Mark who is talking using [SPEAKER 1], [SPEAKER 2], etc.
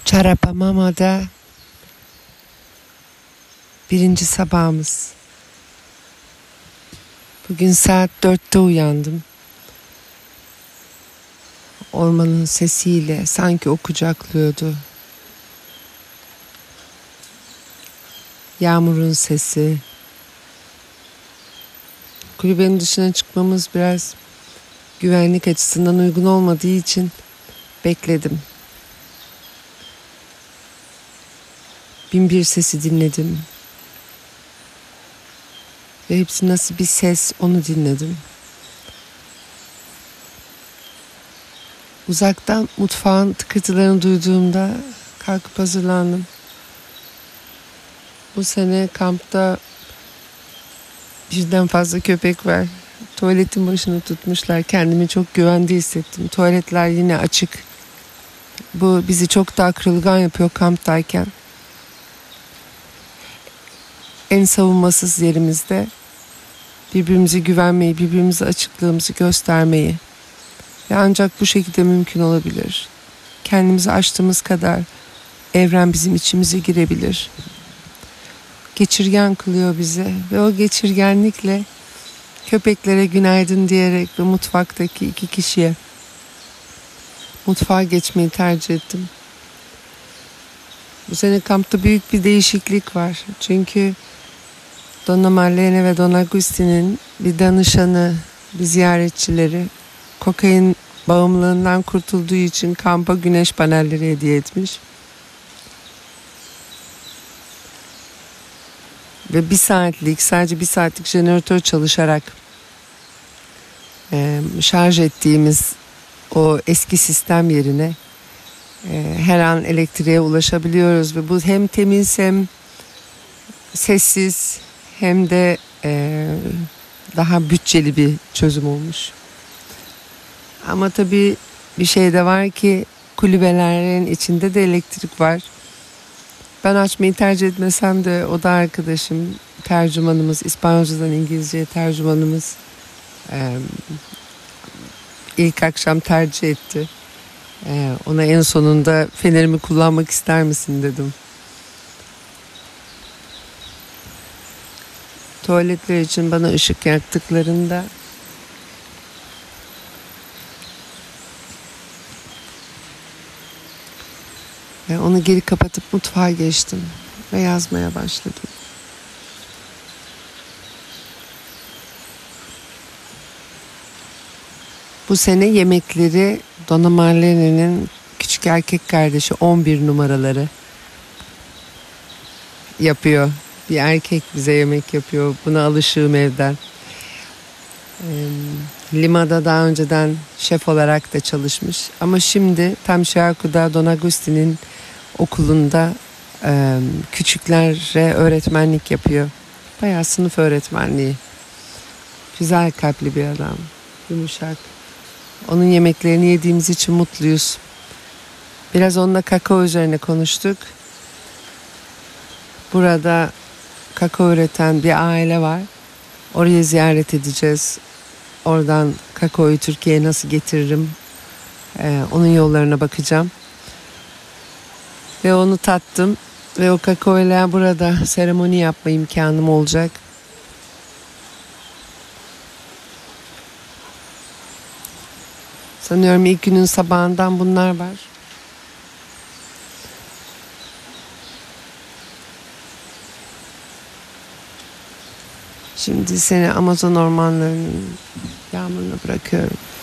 [SPEAKER 1] Çarapamama'da birinci sabahımız. Bugün saat 4'te uyandım. Ormanın sesiyle sanki o kucaklıyordu. Yağmurun sesi. Kulübenin dışına çıkmamız biraz güvenlik açısından uygun olmadığı için bekledim. Binbir sesi dinledim. Ve hepsi nasıl bir ses, onu dinledim. Uzaktan mutfağın tıkırtılarını duyduğumda kalkıp hazırlandım. Bu sene kampta birden fazla köpek var. Tuvaletin başını tutmuşlar. Kendimi çok güvende hissettim. Tuvaletler yine açık. Bu bizi çok daha kırılgan yapıyor kamptayken. En savunmasız yerimizde birbirimize güvenmeyi, birbirimize açıklığımızı göstermeyi ve ancak bu şekilde mümkün olabilir. Kendimizi aştığımız kadar evren bizim içimize girebilir. Geçirgen kılıyor bizi ve o geçirgenlikle köpeklere günaydın diyerek ve mutfaktaki 2 kişiye mutfağa geçmeyi tercih ettim. Bu sene kampta büyük bir değişiklik var. Çünkü Donna Marlene ve Don Agustin'in bir danışanı, bir ziyaretçileri kokain bağımlılığından kurtulduğu için kampa güneş panelleri hediye etmiş. Ve sadece bir saatlik jeneratör çalışarak şarj ettiğimiz o eski sistem yerine her an elektriğe ulaşabiliyoruz. Ve bu hem temiz hem sessiz hem de daha bütçeli bir çözüm olmuş. Ama tabii bir şey de var ki kulübelerin içinde de elektrik var. Ben açmayı tercih etmesem de o da arkadaşım, tercümanımız, İspanyolcadan İngilizceye tercümanımız ilk akşam tercih etti. Ona en sonunda fenerimi kullanmak ister misin dedim. Tuvaletler için bana ışık yaktıklarında onu geri kapatıp mutfağa geçtim ve yazmaya başladım. Bu sene yemekleri Donna Marlene'nin küçük erkek kardeşi 11 numaraları yapıyor. Bir erkek bize yemek yapıyor. Buna alışığım evden. Lima'da daha önceden şef olarak da çalışmış. Ama şimdi tam Şarku'da Don Agustin'in okulunda küçüklere öğretmenlik yapıyor. Bayağı sınıf öğretmenliği. Güzel kalpli bir adam. Yumuşak. Onun yemeklerini yediğimiz için mutluyuz. Biraz onunla kakao üzerine konuştuk. Burada kakao üreten bir aile var. Oraya ziyaret edeceğiz. Oradan kakaoyu Türkiye'ye nasıl getiririm? Onun yollarına bakacağım. Ve onu tattım. Ve o kakao ile burada seremoni yapma imkanım olacak. Sanıyorum ilk günün sabahından bunlar var. Şimdi seni Amazon ormanlarının yağmuruna bırakıyorum.